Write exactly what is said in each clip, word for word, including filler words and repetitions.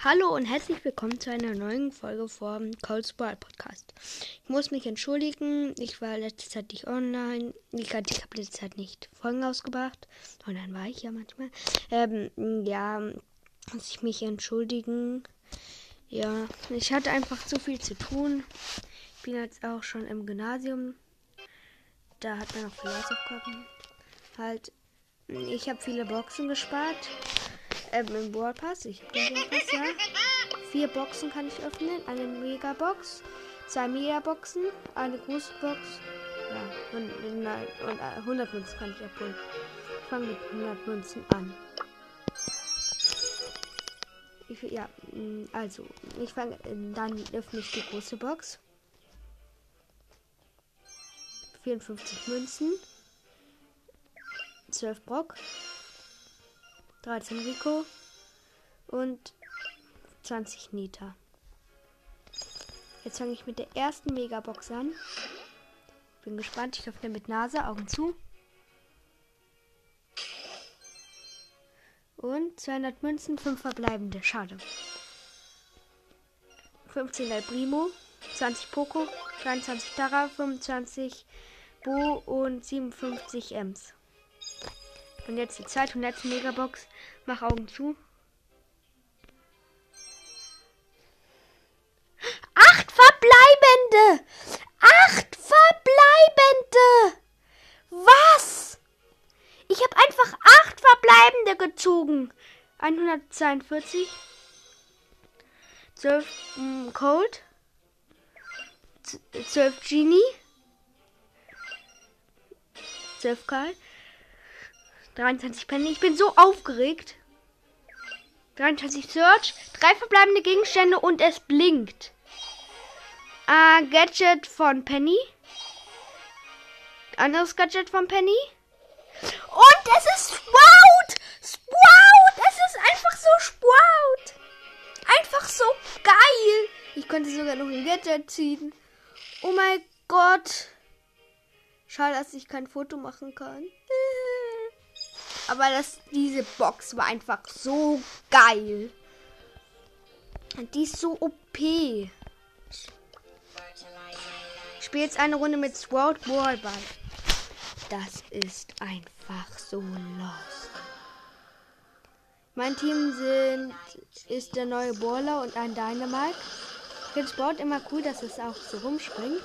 Hallo und herzlich willkommen zu einer neuen Folge vom Cold Brawl Podcast. Ich muss mich entschuldigen, ich war letzte Zeit nicht online. Ich, ich habe letzte Zeit nicht Folgen ausgebracht. Und dann war ich ja manchmal. Ähm, ja, muss ich mich entschuldigen. Ja, ich hatte einfach zu viel zu tun. Ich bin jetzt auch schon im Gymnasium. Da hat man noch viele Hausaufgaben. Halt, ich habe viele Boxen gespart. Ähm, im Brawl Pass. Ich habe den Brawl Pass, ja. Vier Boxen kann ich öffnen. Eine Megabox, zwei Megaboxen, eine große Box. Ja, und, nein, und hundert Münzen kann ich abholen. Ich fange mit hundert Münzen an. Ich, ja, also, ich fange, dann öffne ich die große Box. vierundfünfzig Münzen. zwölf Brock. dreizehn Rico. Und zwanzig Nita. Jetzt fange ich mit der ersten Megabox an. Bin gespannt. Ich öffne mit Nase, Augen zu. Und zweihundert Münzen, fünf verbleibende. Schade. fünfzehn El Primo, zwanzig Poco, dreiundzwanzig Tara, fünfundzwanzig Bo und siebenundfünfzig Ems. Und jetzt die zweite und letzte Megabox. Mach Augen zu. Acht verbleibende! Acht verbleibende! Was? Ich habe einfach acht verbleibende gezogen. hundertzweiundvierzig. zwölf mm, Cold. zwölf Genie. zwölf Karl. dreiundzwanzig Penny. Ich bin so aufgeregt. dreiundzwanzig Search. Drei verbleibende Gegenstände und es blinkt. Uh, Gadget von Penny. Anderes Gadget von Penny. Und es ist Sprout! Sprout! Es ist einfach so Sprout! Einfach so geil! Ich könnte sogar noch ein Gadget ziehen. Oh mein Gott. Schade, dass ich kein Foto machen kann. Aber das, diese Box war einfach so geil. Und die ist so O P. Ich spiele jetzt eine Runde mit Sprout Brawlball. Das ist einfach so lost. Mein Team sind, ist der neue Brawler und ein Dynamite. Ich finde Sprout immer cool, dass es auch so rumspringt.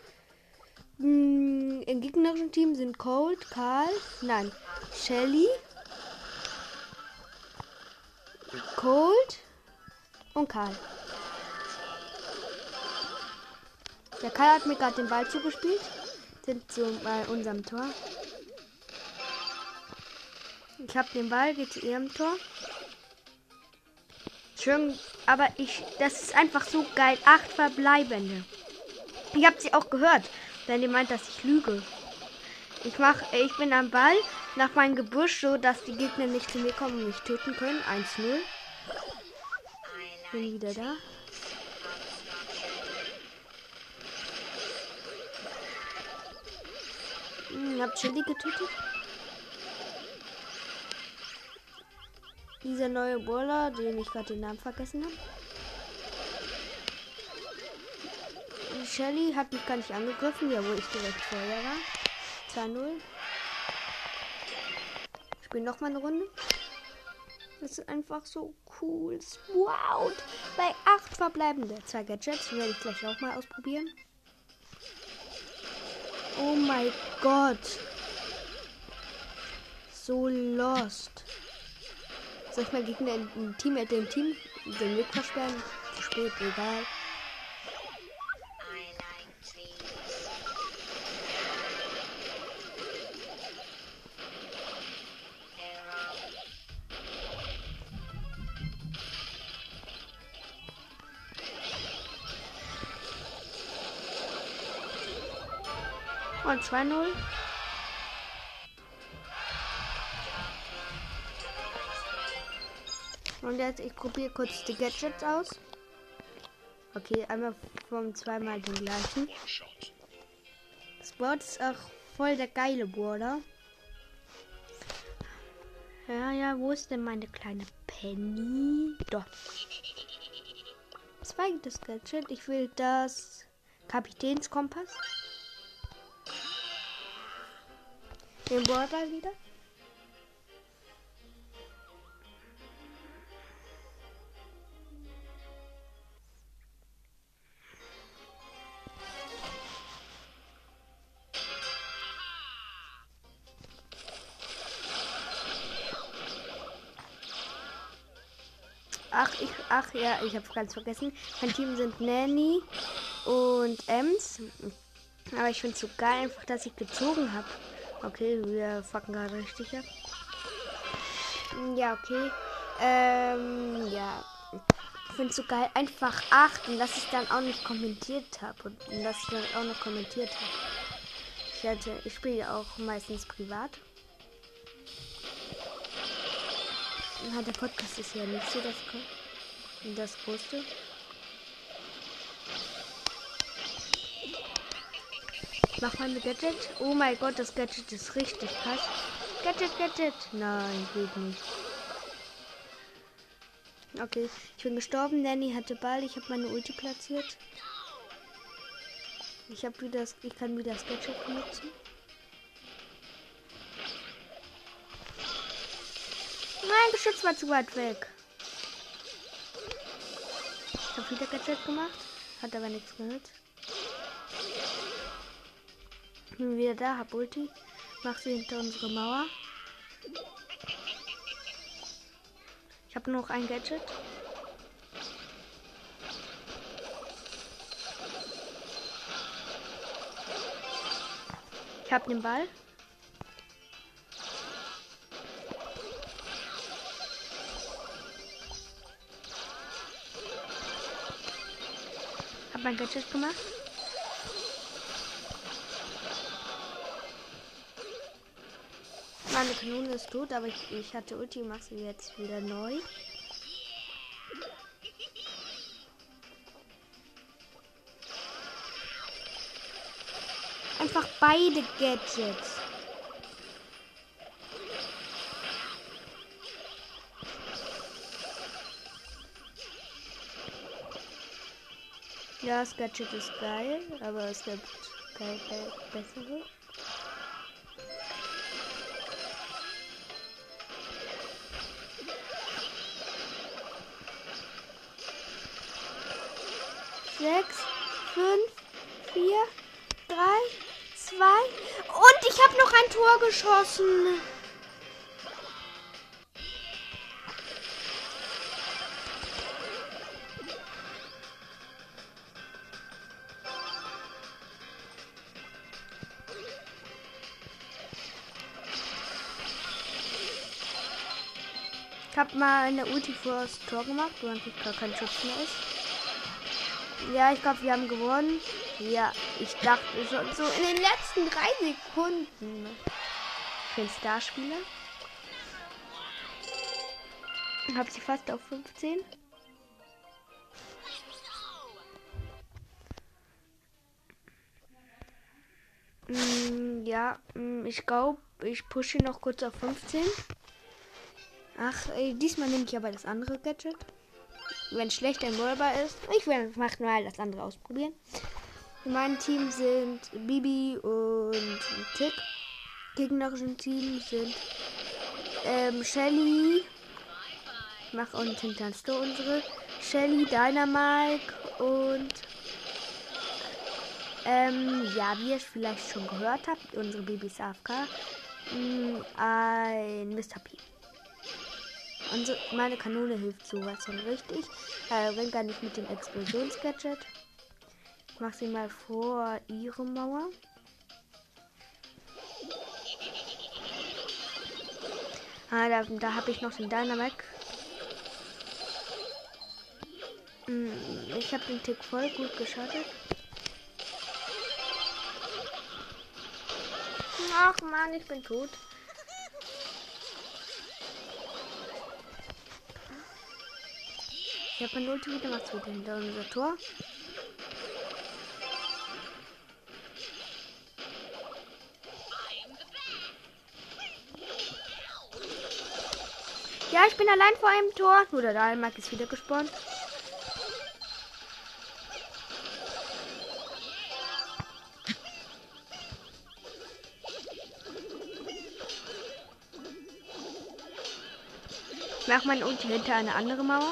Hm, im gegnerischen Team sind Cold, Karl, nein, Shelly, Cold und Karl. Der Karl hat mir gerade den Ball zugespielt. Sind zu bei unserem Tor. Ich habe den Ball, geht zu ihrem Tor. Schön, aber ich, das ist einfach so geil. Acht verbleibende. Ich habe sie auch gehört, wenn ihr meint, dass ich lüge. Ich mach, ich bin am Ball nach meinem Gebüsch, so dass die Gegner nicht zu mir kommen und mich töten können. eins null. Bin wieder da. Ich hab Chili getötet. Dieser neue Brawler, den ich gerade den Namen vergessen habe. Shelly hat mich gar nicht angegriffen, ja, wo ich direkt vorher war. zwei null. Ich spiele noch mal eine Runde. Das ist einfach so cool. Wow! Bei acht verbleibende. Zwei Gadgets, die werde ich gleich auch mal ausprobieren. Oh mein Gott. So lost. Soll ich mal gegen ein Team mit dem Team den Weg versperren? Zu spät, egal. Und zwei null. Und jetzt, ich probiere kurz die Gadgets aus. Okay, einmal vom zweimal den gleichen. Das Board ist auch voll der geile Border. Ja, ja, wo ist denn meine kleine Penny? Doch. zweites Gadget. Ich will das Kapitänskompass. Den Border wieder. Ach, ich, ach ja, ich habe ganz vergessen. Mein Team sind Nanny und Ems. Aber ich finde es so geil, einfach, dass ich gezogen habe. Okay, wir fucken gerade richtig ab. Ja, okay. Ähm, ja. Ich finde es so geil, einfach achten, dass ich dann auch nicht kommentiert habe. Und dass ich dann auch noch kommentiert habe. Ich, hatte, ich spiele ja auch meistens privat. Ja, der Podcast ist ja nicht so das, das Größte. Mach mal ein Gadget. Oh mein Gott, das Gadget ist richtig krass. Gadget, Gadget. Nein, geht nicht. Okay, ich bin gestorben. Nanny hatte Ball. Ich habe meine Ulti platziert. Ich habe wieder das, ich kann wieder das Gadget benutzen. Nein, Geschütz war zu weit weg. Ich habe wieder Gadget gemacht. Hat aber nichts genutzt. Bin wieder da, hab Ulti. Mach sie hinter unsere Mauer. Ich habe noch ein Gadget. Ich habe den Ball. Hab mein Gadget gemacht. Meine Kanone ist tot, aber ich, ich hatte Ulti, mach sie jetzt wieder neu. Einfach beide Gadgets. Ja, das Gadget ist geil, aber es gibt geil, geil, bessere. Sechs, fünf, vier, drei, zwei und ich habe noch ein Tor geschossen. Ich habe mal eine Ulti vor das Tor gemacht, wo eigentlich gar kein Schutz mehr ist. Ja, ich glaube, wir haben gewonnen. Ja, ich dachte schon so in den letzten drei Sekunden. Ich bin Starspieler. Hab sie fast auf fünfzehn. Mm, ja, mm, ich glaube, ich pushe noch kurz auf fünfzehn. Ach, ey, diesmal nehme ich aber das andere Gadget. Wenn es schlecht einrollbar ist. Ich will einfach mal das andere ausprobieren. In meinem Team sind Bibi und Tick. Gegnerischen Team sind ähm, Shelly. Ich mache und hinter du unsere. Shelly, Dynamite und ähm, ja, wie ihr es vielleicht schon gehört habt, unsere Babys A F K. Mh, ein Mister P. Und meine Kanone hilft sowas von richtig. Äh, rennt gar nicht mit dem Explosionsgadget. Ich mach sie mal vor ihre Mauer. Ah, da, da habe ich noch den Dynamite. Ich habe den Tick voll gut geschadet. Ach man, ich bin tot. Ich habe mein Ulti wieder gemacht, wieder hinter unser Tor. Ja, ich bin allein vor einem Tor. Nur der Dynamite ist wieder gespawnt. Ich mache meine Ulti hinter eine andere Mauer.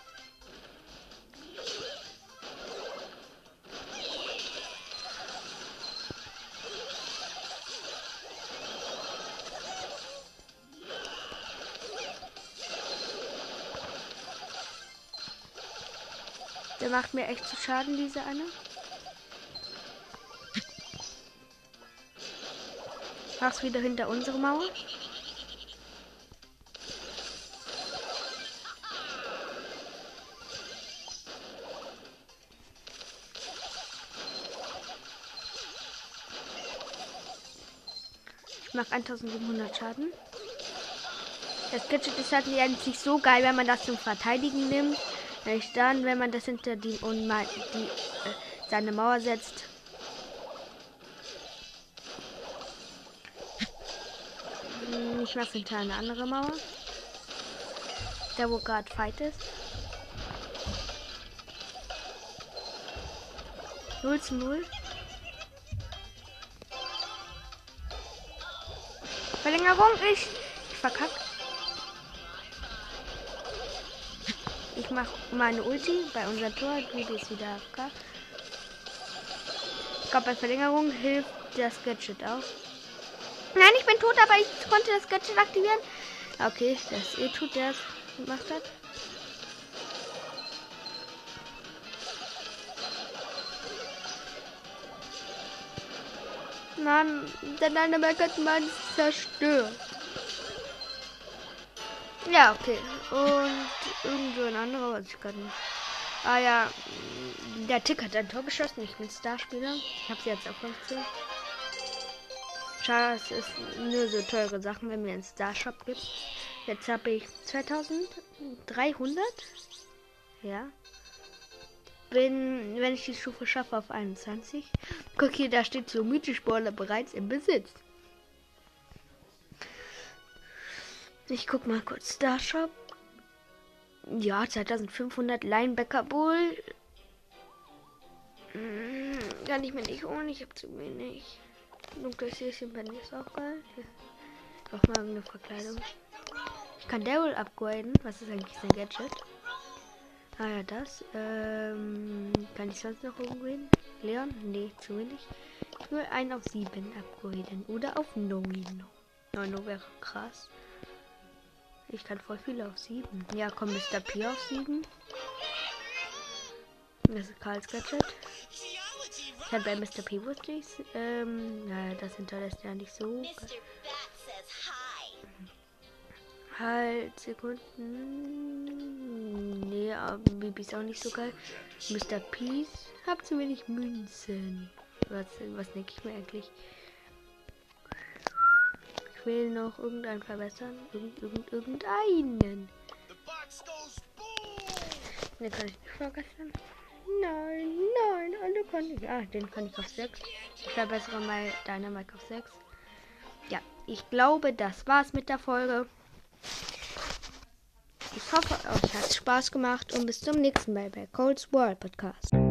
Der macht mir echt zu Schaden, diese eine. Mach's wieder hinter unsere Mauer. Ich mach eintausendsiebenhundert Schaden. Das Gadget ist halt nicht so geil, wenn man das zum Verteidigen nimmt. Nämlich dann, wenn man das hinter die und mal die äh, seine Mauer setzt. Ich mach's hinter eine andere Mauer. Da wo gerade Fight ist. null zu null. Verlängerung, ich, ich verkackt. Ich mache meine Ulti bei unserem Tor. Ruby ist wieder A F K. Ich glaube, bei Verlängerung hilft das Gadget auch. Nein, ich bin tot, aber ich konnte das Gadget aktivieren. Okay, das eh tut, der es gemacht hat. Nein, der Dynamite hat man zerstört. Ja, okay. Und irgendwo ein anderer, was ich gerade nicht. Ah ja, der Tick hat ein Tor geschossen. Ich bin Starspieler. Ich habe sie jetzt auf fünfzehn. Schade, es ist nur so teure Sachen, wenn mir ein Starshop gibt. Jetzt habe ich zweitausenddreihundert. Ja. Bin, wenn ich die Stufe schaffe, auf einundzwanzig. Guck hier, da steht so mythisch Baller bereits im Besitz. Ich guck mal kurz. Starshop. Ja, zweitausendfünfhundert Linebacker Bull. Hm, kann ich mir nicht holen, ich habe zu wenig. Dunkles Häschen bei mir ist auch geil. Ich brauche mal eine Verkleidung. Ich kann Daryl upgraden. Was ist eigentlich sein Gadget? Ah ja, das. Ähm, kann ich sonst noch irgendwen? Leon? Nee, zu wenig. Ich will einen auf sieben upgraden. Oder auf neun. neun wäre krass. Ich kann voll viele auf sieben. Ja, komm, Mister P auf sieben. Das ist Karls Gadget. Ich habe bei Mister P wusste ich's. Ähm, naja, das hinterlässt ja nicht so. Halt, Sekunden. Nee, aber Bibi ist auch nicht so geil. Mister Peace. Hab zu wenig Münzen. Was, was denke ich mir eigentlich? Ich will noch irgendeinen verbessern. Irgend, irgend, irgendeinen. Den kann ich nicht vergessen. Nein, nein, alle kann ich. Ah, den kann ich auf sechs. Ich verbessere mal Dynamite auf sechs. Ja, ich glaube, das war's mit der Folge. Ich hoffe, euch hat Spaß gemacht und bis zum nächsten Mal bei Cold's World Podcast.